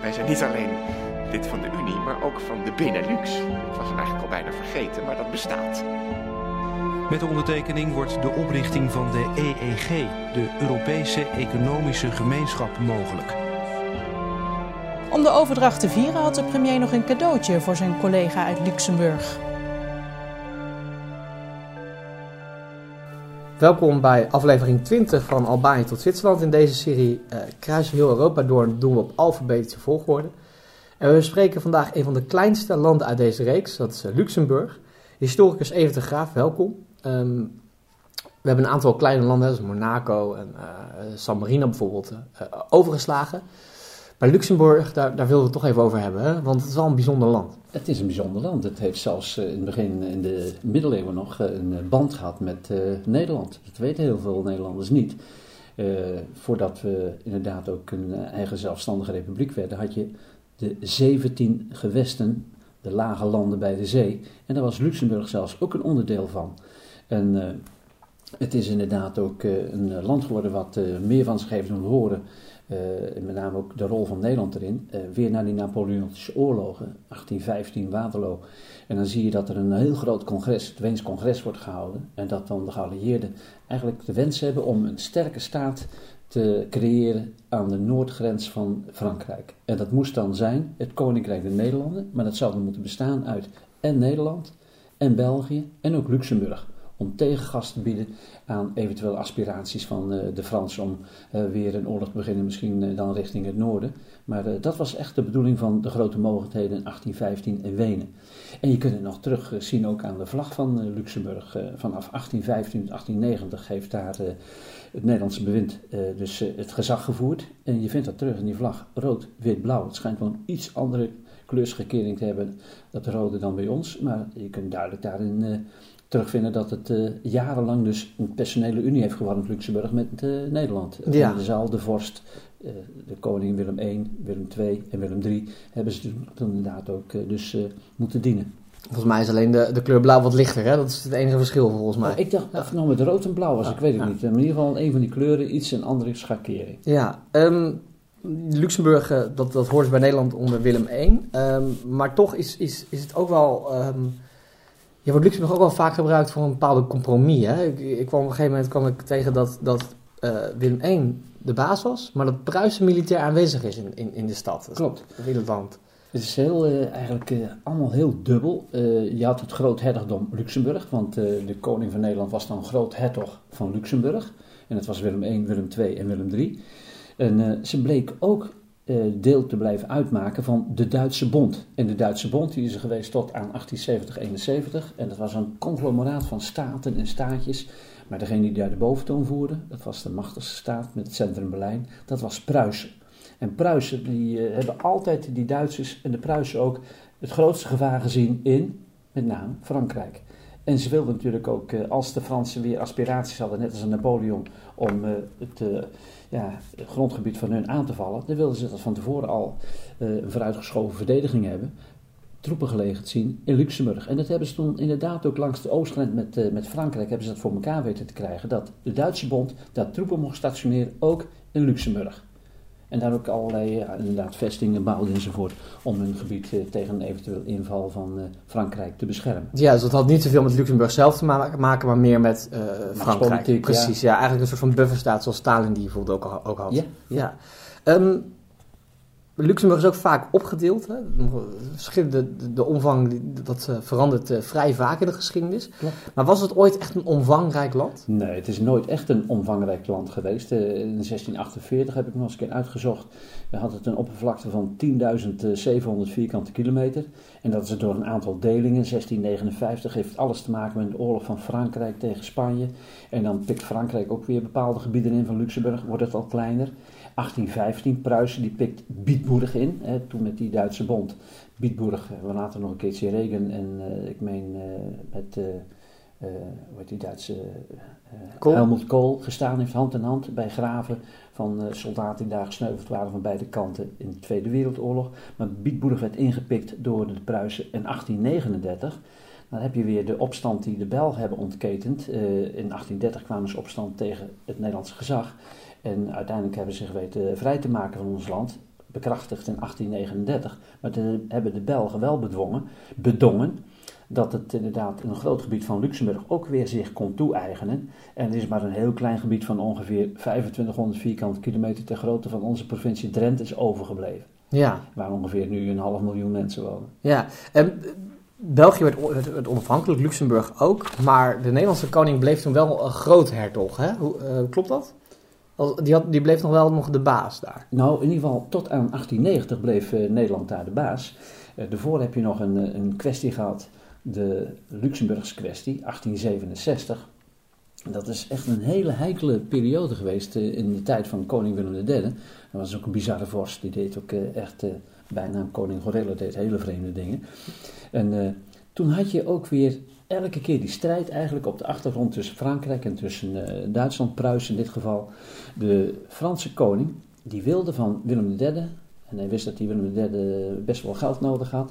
wij zijn niet alleen lid van de Unie, maar ook van de Benelux. Ik was hem eigenlijk al bijna vergeten, maar dat bestaat. Met de ondertekening wordt de oprichting van de EEG, de Europese Economische Gemeenschap, mogelijk. Om de overdracht te vieren had de premier nog een cadeautje voor zijn collega uit Luxemburg. Welkom bij aflevering 20 van Albanië tot Zwitserland. In deze serie kruisen we heel Europa door en doen we op alfabetische volgorde. En we bespreken vandaag een van de kleinste landen uit deze reeks, dat is Luxemburg. Historicus Evert de Graaf, welkom. We hebben een aantal kleine landen, zoals Monaco en San Marino bijvoorbeeld, overgeslagen. Maar Luxemburg, daar wilden we het toch even over hebben, hè? Want het is wel een bijzonder land. Het is een bijzonder land. Het heeft zelfs in het begin, in de middeleeuwen nog, een band gehad met Nederland. Dat weten heel veel Nederlanders niet. Voordat we inderdaad ook een eigen zelfstandige republiek werden, had je de 17 gewesten, de lage landen bij de zee. En daar was Luxemburg zelfs ook een onderdeel van. En het is inderdaad ook een land geworden wat meer van zich heeft doen horen. Met name ook de rol van Nederland erin. Weer naar die Napoleontische oorlogen, 1815 Waterloo. En dan zie je dat er een heel groot congres, het Weens congres, wordt gehouden. En dat dan de geallieerden eigenlijk de wens hebben om een sterke staat te creëren aan de noordgrens van Frankrijk. En dat moest dan zijn het Koninkrijk der Nederlanden. Maar dat zou dan moeten bestaan uit en Nederland en België en ook Luxemburg. Om tegengas te bieden aan eventuele aspiraties van de Fransen om weer een oorlog te beginnen, misschien dan richting het noorden. Maar dat was echt de bedoeling van de grote mogendheden in 1815 in Wenen. En je kunt het nog terug zien ook aan de vlag van Luxemburg. Vanaf 1815 tot 1890 heeft daar het Nederlandse bewind dus het gezag gevoerd. En je vindt dat terug in die vlag, rood, wit, blauw. Het schijnt wel een iets andere kleurschakering te hebben, dat rode dan bij ons. Maar je kunt duidelijk daarin terugvinden dat het jarenlang dus een personele unie heeft gevormd, Luxemburg, met Nederland. Ja. In de zaal, de vorst, de koning Willem I, Willem II en Willem III hebben ze toen inderdaad ook moeten dienen. Volgens mij is alleen de kleur blauw wat lichter, hè? Dat is het enige verschil volgens mij. Maar ik dacht of het nou met rood en blauw was, ik weet het niet. In ieder geval een van die kleuren iets een andere schakering. Ja, Luxemburg, dat hoort bij Nederland onder Willem I. Maar toch is het ook wel... Je wordt Luxemburg ook wel vaak gebruikt voor een bepaalde compromis. Hè? Ik kwam op een gegeven moment tegen dat Willem I de baas was, maar dat Pruisen militair aanwezig is in de stad. Klopt. In het land. Het is eigenlijk allemaal heel dubbel. Je had het groothertogdom Luxemburg, want de koning van Nederland was dan groothertog van Luxemburg. En dat was Willem I, Willem II en Willem III. En ze bleek ook deel te blijven uitmaken van de Duitse Bond. En de Duitse Bond die is er geweest tot aan 1870-71. En dat was een conglomeraat van staten en staatjes. Maar degene die daar de boventoon voerde, dat was de machtigste staat met het centrum Berlijn, dat was Pruisen. En Pruisen, die hebben altijd, die Duitsers en de Pruisen ook, het grootste gevaar gezien in, met name, Frankrijk. En ze wilden natuurlijk ook, als de Fransen weer aspiraties hadden, net als een Napoleon, om het grondgebied van hun aan te vallen, dan wilden ze dat van tevoren al een vooruitgeschoven verdediging hebben, troepen gelegerd zien in Luxemburg. En dat hebben ze toen inderdaad ook langs de oostgrens met Frankrijk, hebben ze dat voor elkaar weten te krijgen, dat de Duitse Bond daar troepen mocht stationeren, ook in Luxemburg. En daar ook allerlei inderdaad vestingen bouwden enzovoort om hun gebied tegen een eventueel inval van Frankrijk te beschermen. Ja, dus dat had niet zoveel met Luxemburg zelf te maken, maar meer met Frankrijk. Precies, ja. Eigenlijk een soort van bufferstaat zoals Stalin die bijvoorbeeld ook had. Ja. Luxemburg is ook vaak opgedeeld. Hè? De omvang dat verandert vrij vaak in de geschiedenis. Klopt. Maar was het ooit echt een omvangrijk land? Nee, het is nooit echt een omvangrijk land geweest. In 1648 heb ik nog eens een keer uitgezocht. We hadden het een oppervlakte van 10.700 vierkante kilometer. En dat is door een aantal delingen. 1659 heeft alles te maken met de oorlog van Frankrijk tegen Spanje. En dan pikt Frankrijk ook weer bepaalde gebieden in van Luxemburg. Wordt het al kleiner. 1815, Pruisen die pikt Bietburg in, toen met die Duitse Bond. Bietburg, we later nog een keertje Regen en ik meen met die Duitse Helmut Kohl gestaan heeft, hand in hand bij graven van soldaten die daar gesneuveld waren van beide kanten in de Tweede Wereldoorlog. Maar Bietburg werd ingepikt door de Pruisen in 1839. Dan heb je weer de opstand die de Belgen hebben ontketend. In 1830 kwamen ze opstand tegen het Nederlandse gezag. En uiteindelijk hebben ze zich weten vrij te maken van ons land. bekrachtigd in 1839. Maar toen hebben de Belgen wel bedongen dat het inderdaad een groot gebied van Luxemburg ook weer zich kon toe-eigenen. En het is maar een heel klein gebied van ongeveer 2500 vierkante kilometer ter grootte van onze provincie Drenthe is overgebleven. Ja. Waar ongeveer nu 500.000 mensen wonen. Ja, België werd onafhankelijk, Luxemburg ook, maar de Nederlandse koning bleef toen wel een groothertog, hè? Klopt dat? Die bleef nog de baas daar. Nou, in ieder geval tot aan 1890 bleef Nederland daar de baas. Daarvoor heb je nog een kwestie gehad, de Luxemburgse kwestie, 1867. Dat is echt een hele heikele periode geweest in de tijd van koning Willem III. Dat was ook een bizarre vorst, die deed ook bijnaam koning Gorilla, deed hele vreemde dingen. En toen had je ook weer elke keer die strijd eigenlijk op de achtergrond tussen Frankrijk en tussen Duitsland, Pruisen in dit geval. De Franse koning, die wilde van Willem III, en hij wist dat die Willem III best wel geld nodig had,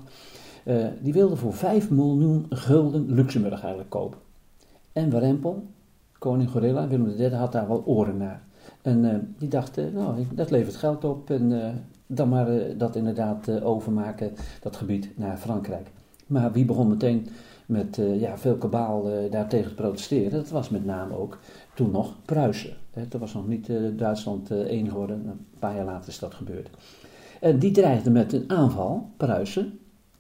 die wilde voor 5 miljoen gulden Luxemburg eigenlijk kopen. En Warempel, koning Gorilla, Willem III had daar wel oren naar. En die dacht, dat levert geld op en dan maar dat inderdaad overmaken, dat gebied, naar Frankrijk. Maar wie begon meteen met veel kabaal daartegen te protesteren? Dat was met name ook toen nog Pruisen. Toen was nog niet Duitsland één geworden, een paar jaar later is dat gebeurd. En die dreigde met een aanval, Pruisen.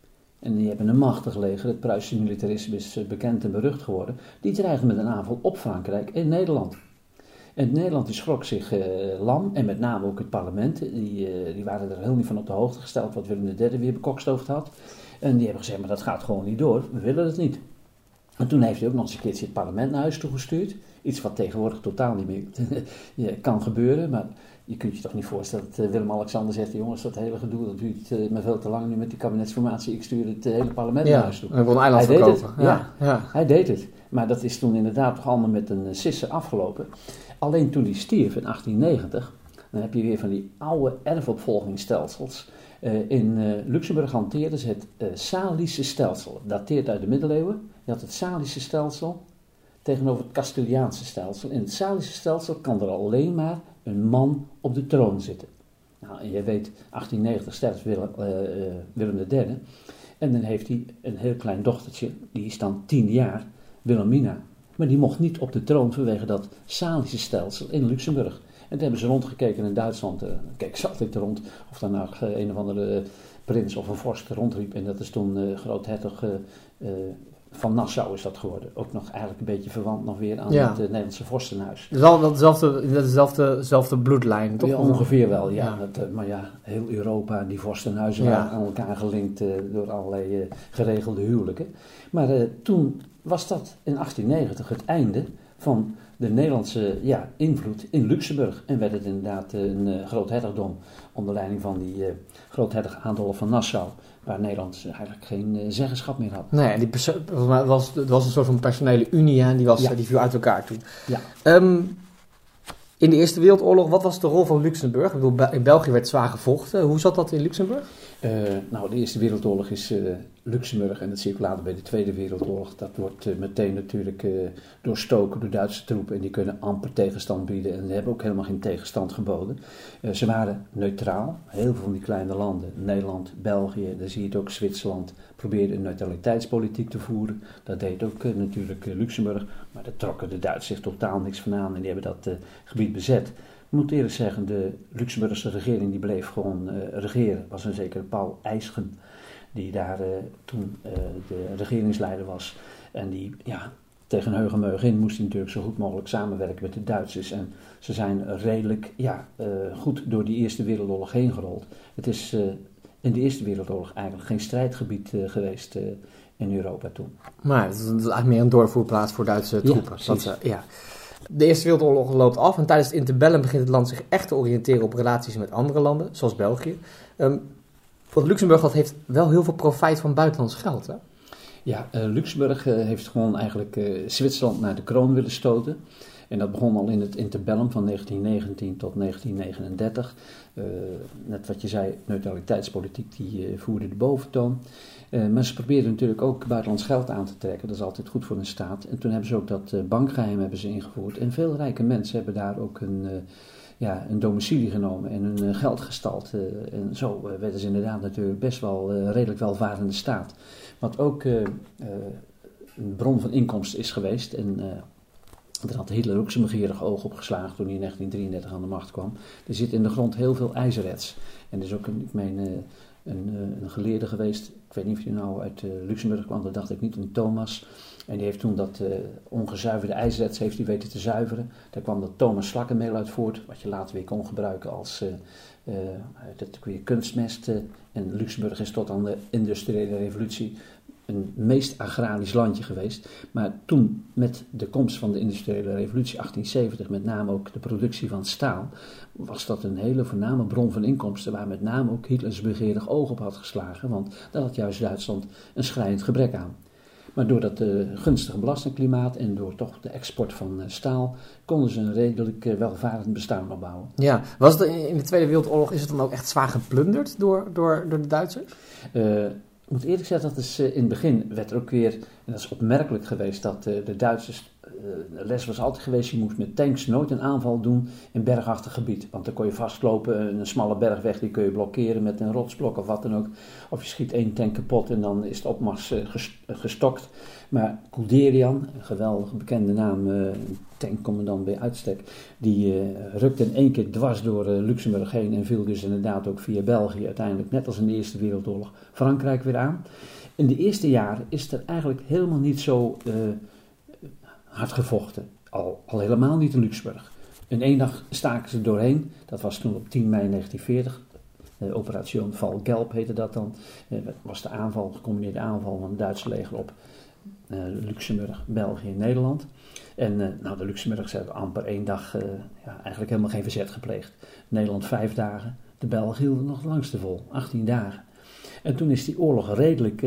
En die hebben een machtig leger, het Pruisische militarisme is bekend en berucht geworden. Die dreigde met een aanval op Frankrijk en Nederland. En Nederland die schrok zich lam, en met name ook het parlement. Die waren er heel niet van op de hoogte gesteld wat Willem III weer bekokstoofd had. En die hebben gezegd, maar dat gaat gewoon niet door, we willen het niet. En toen heeft hij ook nog eens een keertje het parlement naar huis toegestuurd. Iets wat tegenwoordig totaal niet meer kan gebeuren, maar je kunt je toch niet voorstellen dat Willem-Alexander zegt, jongens, dat hele gedoe, dat duurt me veel te lang nu met die kabinetsformatie, ik stuur het hele parlement naar huis toe. En kon een eiland verkopen. Hij deed het. Maar dat is toen inderdaad toch allemaal met een sisse afgelopen. Alleen toen hij stierf in 1890, dan heb je weer van die oude erfopvolgingsstelsels. In Luxemburg hanteerden ze het Salische stelsel. Dat dateert uit de middeleeuwen. Je had het Salische stelsel tegenover het Castiliaanse stelsel. In het Salische stelsel kan er alleen maar een man op de troon zitten. Nou, en je weet, 1890 sterft Willem III. En dan heeft hij een heel klein dochtertje, die is dan 10 jaar, Wilhelmina. Maar die mocht niet op de troon vanwege dat Salische stelsel in Luxemburg. En toen hebben ze rondgekeken in Duitsland. Kijk, ze altijd rond of daar nou een of andere prins of een vorst rondriep. En dat is toen groothertog van Nassau is dat geworden. Ook nog eigenlijk een beetje verwant nog weer aan het Nederlandse vorstenhuis. Dezelfde bloedlijn, toch? Ja, ongeveer wel, ja. Maar ja, heel Europa, die vorstenhuizen waren aan elkaar gelinkt door allerlei geregelde huwelijken. Maar toen was dat in 1890 het einde van de Nederlandse invloed in Luxemburg. En werd het inderdaad een groothertogdom onder leiding van die groothertog Adolf van Nassau, waar Nederland eigenlijk geen zeggenschap meer had. Nee, het was een soort van personele unie en die viel uit elkaar toen. Ja. In de Eerste Wereldoorlog, wat was de rol van Luxemburg? Ik bedoel, in België werd zwaar gevochten. Hoe zat dat in Luxemburg? De Eerste Wereldoorlog is Luxemburg en het zie ik later bij de Tweede Wereldoorlog. Dat wordt meteen natuurlijk doorstoken door Duitse troepen en die kunnen amper tegenstand bieden en die hebben ook helemaal geen tegenstand geboden. Ze waren neutraal. Heel veel van die kleine landen, Nederland, België, daar zie je het ook, Zwitserland, probeerde een neutraliteitspolitiek te voeren. Dat deed ook natuurlijk Luxemburg, maar daar trokken de Duitsers zich totaal niks van aan en die hebben dat gebied bezet. Ik moet eerlijk zeggen, de Luxemburgse regering die bleef gewoon regeren. Was een zekere Paul Eyschen, die daar toen de regeringsleider was. En die, tegen heug in moest hij natuurlijk zo goed mogelijk samenwerken met de Duitsers. En ze zijn redelijk goed door die Eerste Wereldoorlog heen gerold. Het is in de Eerste Wereldoorlog eigenlijk geen strijdgebied geweest in Europa toen. Maar het is eigenlijk meer een doorvoerplaats voor Duitse troepen. De Eerste Wereldoorlog loopt af en tijdens het interbellum begint het land zich echt te oriënteren op relaties met andere landen, zoals België. Want Luxemburg heeft wel heel veel profijt van buitenlands geld, hè? Ja, Luxemburg heeft gewoon eigenlijk Zwitserland naar de kroon willen stoten. En dat begon al in het interbellum van 1919 tot 1939. Net wat je zei, neutraliteitspolitiek, die voerde de boventoon. Maar ze probeerden natuurlijk ook buitenlands geld aan te trekken. Dat is altijd goed voor een staat. En toen hebben ze ook dat bankgeheim ingevoerd. En veel rijke mensen hebben daar ook hun een domicilie genomen en hun geld gestald. En zo werden ze inderdaad natuurlijk best wel redelijk welvarende staat. Wat ook een bron van inkomsten is geweest. En daar had Hitler ook zijn begeerig oog op geslagen toen hij in 1933 aan de macht kwam. Er zit in de grond heel veel ijzererts. En er is ook een geleerde geweest, ik weet niet of hij nou uit Luxemburg kwam, dat dacht ik niet, een Thomas. En die heeft toen dat ongezuiverde ijzererts heeft hij weten te zuiveren. Daar kwam dat Thomas slakkenmeel uit voort, wat je later weer kon gebruiken als kunstmest. En Luxemburg is tot aan de industriële revolutie een meest agrarisch landje geweest. Maar toen, met de komst van de industriële revolutie 1870, met name ook de productie van staal, was dat een hele voorname bron van inkomsten, waar met name ook Hitlers begeerig oog op had geslagen, want daar had juist Duitsland een schrijnend gebrek aan. Maar door dat gunstige belastingklimaat en door toch de export van staal, konden ze een redelijk welvarend bestaan opbouwen. Ja, was het in de Tweede Wereldoorlog, is het dan ook echt zwaar geplunderd door de Duitsers? Ik moet eerlijk zeggen, dat is in het begin werd er ook weer, en dat is opmerkelijk geweest, dat de Duitsers, de les was altijd geweest, je moest met tanks nooit een aanval doen in bergachtig gebied. Want dan kon je vastlopen, een smalle bergweg, die kun je blokkeren met een rotsblok of wat dan ook. Of je schiet 1 tank kapot en dan is de opmars gestokt. Maar Guderian, een geweldige bekende naam, tankcommandant bij uitstek, die rukte in 1 keer dwars door Luxemburg heen en viel dus inderdaad ook via België uiteindelijk, net als in de Eerste Wereldoorlog, Frankrijk weer aan. In de eerste jaren is er eigenlijk helemaal niet zo hard gevochten. Al helemaal niet in Luxemburg. In 1 dag staken ze doorheen. Dat was toen op 10 mei 1940. Operation Val Gelb heette dat dan. Dat was de aanval, gecombineerde aanval van het Duitse leger op Luxemburg, België en Nederland. En de Luxemburgers hebben amper 1 dag eigenlijk helemaal geen verzet gepleegd. Nederland 5 dagen. De Belgen hielden nog het langste vol. 18 dagen. En toen is die oorlog redelijk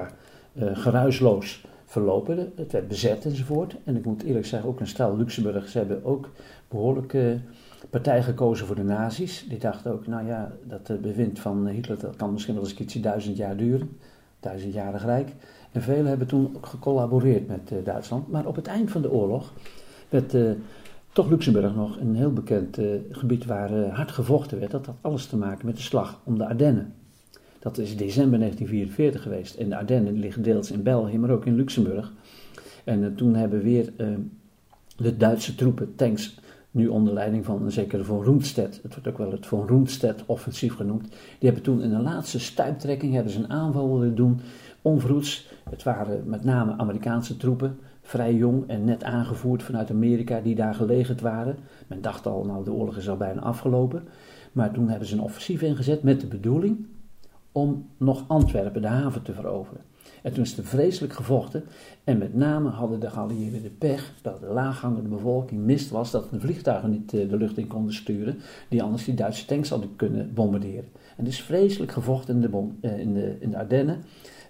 geruisloos verlopen. Het werd bezet enzovoort. En ik moet eerlijk zeggen, ook een stel Luxemburgers hebben ook behoorlijk partij gekozen voor de nazi's. Die dachten ook, dat bewind van Hitler, dat kan misschien wel eens een keertje 1000 jaar duren. 1000-jarig rijk. En velen hebben toen ook gecollaboreerd met Duitsland. Maar op het eind van de oorlog werd toch Luxemburg nog een heel bekend gebied waar hard gevochten werd. Dat had alles te maken met de slag om de Ardennen. Dat is december 1944 geweest. En de Ardennen liggen deels in België, maar ook in Luxemburg. En toen hebben weer de Duitse troepen, tanks, nu onder leiding van een zekere von Rundstedt, het wordt ook wel het von Rundstedt-offensief genoemd, die hebben toen in de laatste stuiptrekking hebben ze een aanval willen doen, onverhoeds. Het waren met name Amerikaanse troepen, vrij jong en net aangevoerd vanuit Amerika, die daar gelegerd waren. Men dacht al, de oorlog is al bijna afgelopen. Maar toen hebben ze een offensief ingezet met de bedoeling om nog Antwerpen, de haven, te veroveren. En toen is er vreselijk gevochten. En met name hadden de geallieerden de pech dat de laaghangende bevolking mist was, dat de vliegtuigen niet de lucht in konden sturen, die anders die Duitse tanks hadden kunnen bombarderen. En het is vreselijk gevochten in de Ardennen.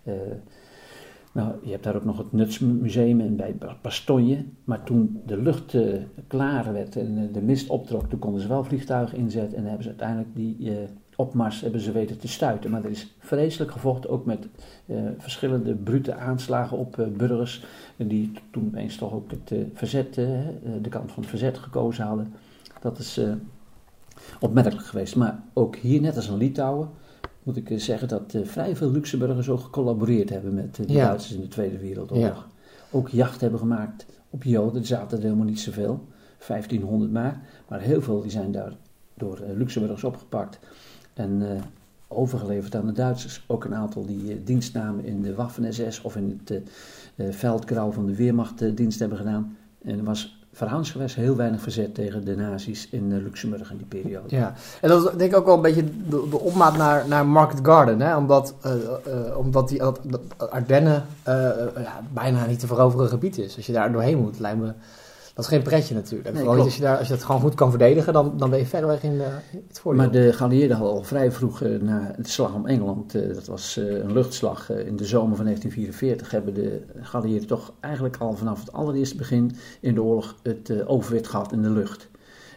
Je hebt daar ook nog het Nutsmuseum en bij Bastogne. Maar toen de lucht klaar werd en de mist optrok, toen konden ze wel vliegtuigen inzetten en hebben ze uiteindelijk die opmars hebben ze weten te stuiten. Maar er is vreselijk gevochten, ook met verschillende brute aanslagen op burgers, die toen opeens toch ook het verzet, de kant van het verzet gekozen hadden. Dat is opmerkelijk geweest. Maar ook hier, net als in Litouwen, moet ik zeggen dat vrij veel Luxemburgers ook gecollaboreerd hebben met de Duitsers in de Tweede Wereldoorlog. Ja. Ook jacht hebben gemaakt op Joden, er zaten er helemaal niet zoveel, 1500 maar heel veel die zijn daar door Luxemburgers opgepakt en overgeleverd aan de Duitsers. Ook een aantal die dienst namen in de Waffen-SS of in het veldgrauw van de Weermacht dienst hebben gedaan. En er was verhoudingsgewijs heel weinig verzet tegen de nazi's in Luxemburg in die periode. Ja, en dat is denk ik ook wel een beetje de opmaat naar Market Garden, hè? Omdat die Ardennen bijna niet te veroveren gebied is. Als je daar doorheen moet, lijkt me, dat is geen pretje natuurlijk. Nee, als je dat gewoon goed kan verdedigen, dan ben je verreweg in het voordeel. Maar de geallieerden hadden al vrij vroeg na de slag om Engeland, dat was een luchtslag in de zomer van 1944, hebben de geallieerden toch eigenlijk al vanaf het allereerste begin in de oorlog het overwicht gehad in de lucht.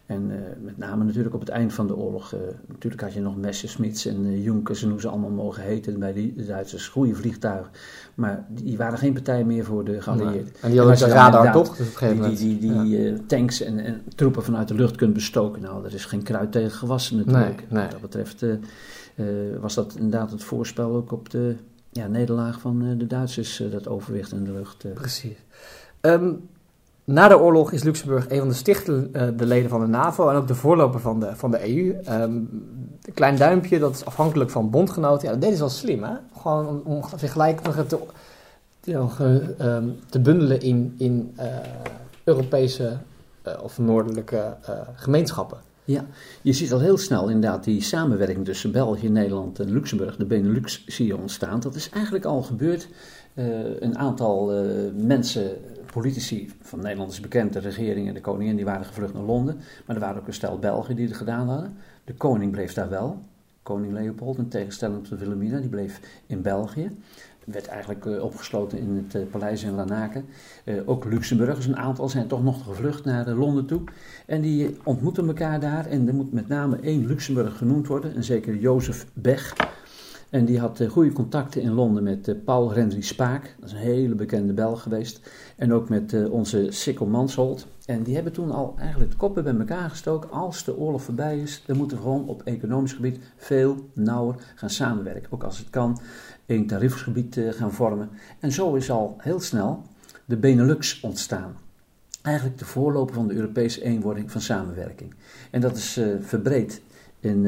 En met name natuurlijk op het eind van de oorlog. Natuurlijk had je nog Messerschmitts en Junkers en hoe ze allemaal mogen heten bij de Duitsers. Goede vliegtuigen. Maar die waren geen partij meer voor de geallieerden. Nee. En die hadden de radar toch? Dus die tanks en troepen vanuit de lucht kunt bestoken. Nou, er is geen kruid tegen gewassen natuurlijk. Nee. Wat dat betreft was dat inderdaad het voorspel ook op de nederlaag van de Duitsers. Dat overwicht in de lucht. Precies. Na de oorlog is Luxemburg een van de stichtende leden van de NAVO en ook de voorloper van de EU. Een klein duimpje, dat is afhankelijk van bondgenoten. Ja, dat deden ze wel slim, hè? Gewoon om zich gelijk te bundelen in Europese of noordelijke gemeenschappen. Ja, je ziet al heel snel inderdaad die samenwerking tussen België, Nederland en Luxemburg, de Benelux, zie je ontstaan. Dat is eigenlijk al gebeurd. Een aantal mensen, politici van Nederland is bekend, de regering en de koningin, die waren gevlucht naar Londen. Maar er waren ook een stel Belgen die het gedaan hadden. De koning bleef daar wel, koning Leopold, in tegenstelling tot Wilhelmina, die bleef in België. Werd eigenlijk opgesloten in het paleis in Lanaken. Ook Luxemburgers, een aantal, zijn toch nog gevlucht naar Londen toe. En die ontmoeten elkaar daar. En er moet met name één Luxemburger genoemd worden, een zeker Jozef Bech. En die had goede contacten in Londen met Paul Henry Spaak. Dat is een hele bekende Belg geweest. En ook met onze Sikkel Mansholt. En die hebben toen al eigenlijk de koppen bij elkaar gestoken. Als de oorlog voorbij is, dan moeten we gewoon op economisch gebied veel nauwer gaan samenwerken. Ook als het kan, één tariefgebied gaan vormen. En zo is al heel snel de Benelux ontstaan. Eigenlijk de voorloper van de Europese eenwording van samenwerking. En dat is verbreed. In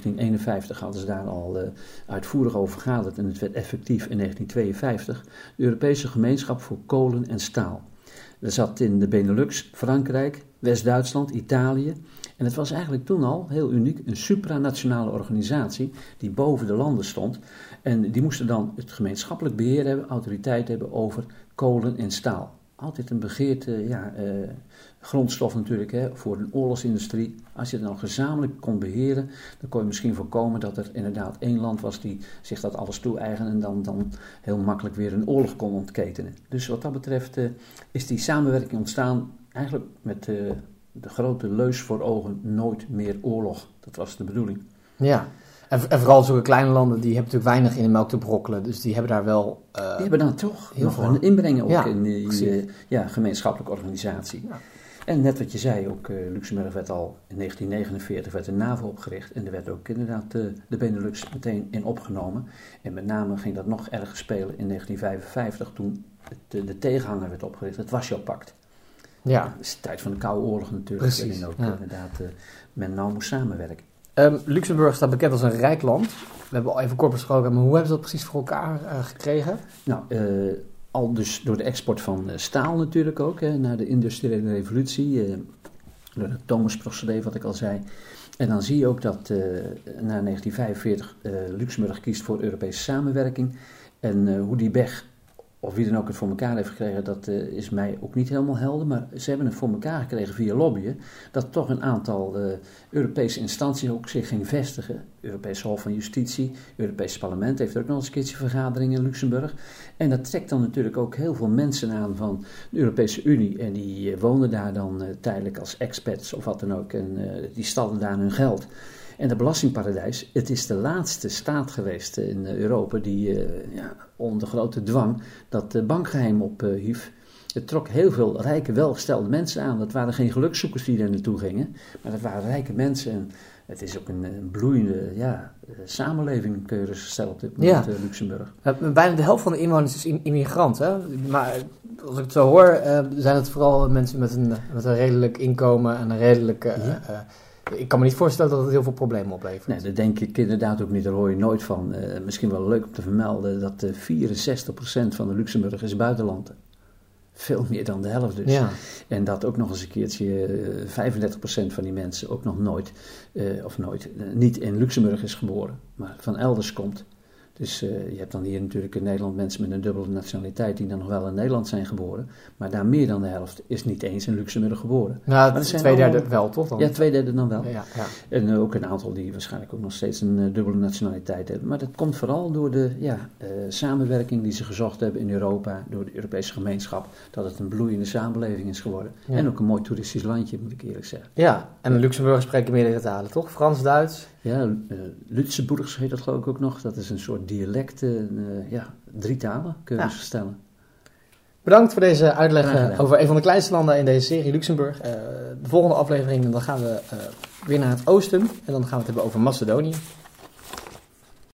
1951 hadden ze daar al uitvoerig over vergaderd en het werd effectief in 1952. De Europese gemeenschap voor kolen en staal. Er zat in de Benelux, Frankrijk, West-Duitsland, Italië. En het was eigenlijk toen al, heel uniek, een supranationale organisatie die boven de landen stond. En die moesten dan het gemeenschappelijk beheer hebben, autoriteit hebben over kolen en staal. Altijd een begeerte grondstof natuurlijk voor de oorlogsindustrie. Als je het nou gezamenlijk kon beheren, dan kon je misschien voorkomen dat er inderdaad één land was die zich dat alles toe-eigende en dan heel makkelijk weer een oorlog kon ontketenen. Dus wat dat betreft is die samenwerking ontstaan eigenlijk met de grote leus voor ogen, nooit meer oorlog. Dat was de bedoeling. Ja. En vooral zulke kleine landen, die hebben natuurlijk weinig in de melk te brokkelen. Dus die hebben daar wel... die hebben dan toch heel nog veel een inbreng ook in die gemeenschappelijke organisatie. Ja. En net wat je zei, ook Luxemburg werd al in 1949 werd de NAVO opgericht. En er werd ook inderdaad de Benelux meteen in opgenomen. En met name ging dat nog erger spelen in 1955 toen de tegenhanger werd opgericht, het Warschau-pact. Ja. Dat is de tijd van de Koude Oorlog natuurlijk. Precies. Waarin ook inderdaad men nou moest samenwerken. Luxemburg staat bekend als een rijk land. We hebben al even kort besproken, maar hoe hebben ze dat precies voor elkaar gekregen? Nou, al dus door de export van staal natuurlijk ook, naar de industriële revolutie, door het Thomas-procedé wat ik al zei. En dan zie je ook dat na 1945 Luxemburg kiest voor Europese samenwerking. En hoe die Bech, of wie dan ook het voor elkaar heeft gekregen, dat is mij ook niet helemaal helder. Maar ze hebben het voor elkaar gekregen via lobbyen, dat toch een aantal Europese instanties ook zich ging vestigen. Europese Hof van Justitie, Europese Parlement heeft er ook nog eens een keertje vergadering in Luxemburg. En dat trekt dan natuurlijk ook heel veel mensen aan van de Europese Unie. En die wonen daar dan tijdelijk als expats of wat dan ook. En die stallen daar hun geld. En dat belastingparadijs, het is de laatste staat geweest in Europa die onder grote dwang dat bankgeheim ophief. Het trok heel veel rijke, welgestelde mensen aan. Dat waren geen gelukzoekers die daar naartoe gingen, maar dat waren rijke mensen. En het is ook een bloeiende samenleving, kun je dus stellen op dit moment Luxemburg. Bijna de helft van de inwoners is immigrant, hè? Maar als ik het zo hoor, zijn het vooral mensen met een redelijk inkomen en een redelijk... Ik kan me niet voorstellen dat het heel veel problemen oplevert. Nee, daar denk ik inderdaad ook niet. Daar hoor je nooit van. Misschien wel leuk om te vermelden dat 64% van de Luxemburgers buitenland. Veel meer dan de helft dus. Ja. En dat ook nog eens een keertje 35% van die mensen ook nog nooit niet in Luxemburg is geboren. Maar van elders komt. Dus je hebt dan hier natuurlijk in Nederland mensen met een dubbele nationaliteit die dan nog wel in Nederland zijn geboren. Maar daar meer dan de helft is niet eens in Luxemburg geboren. Nou, het is 2/3 wel, toch? Dan? Ja, 2/3 dan wel. Ja. En ook een aantal die waarschijnlijk ook nog steeds een dubbele nationaliteit hebben. Maar dat komt vooral door de samenwerking die ze gezocht hebben in Europa, door de Europese gemeenschap, dat het een bloeiende samenleving is geworden. Ja. En ook een mooi toeristisch landje, moet ik eerlijk zeggen. Ja, en de Luxemburgers spreken meerdere talen, toch? Frans, Duits? Ja, Lutzeburgs heet dat geloof ik ook nog. Dat is een soort dialect, 3 talen kun je dus stellen. Bedankt voor deze uitleg over een van de kleinste landen in deze serie, Luxemburg. De volgende aflevering dan gaan we weer naar het oosten en dan gaan we het hebben over Macedonië.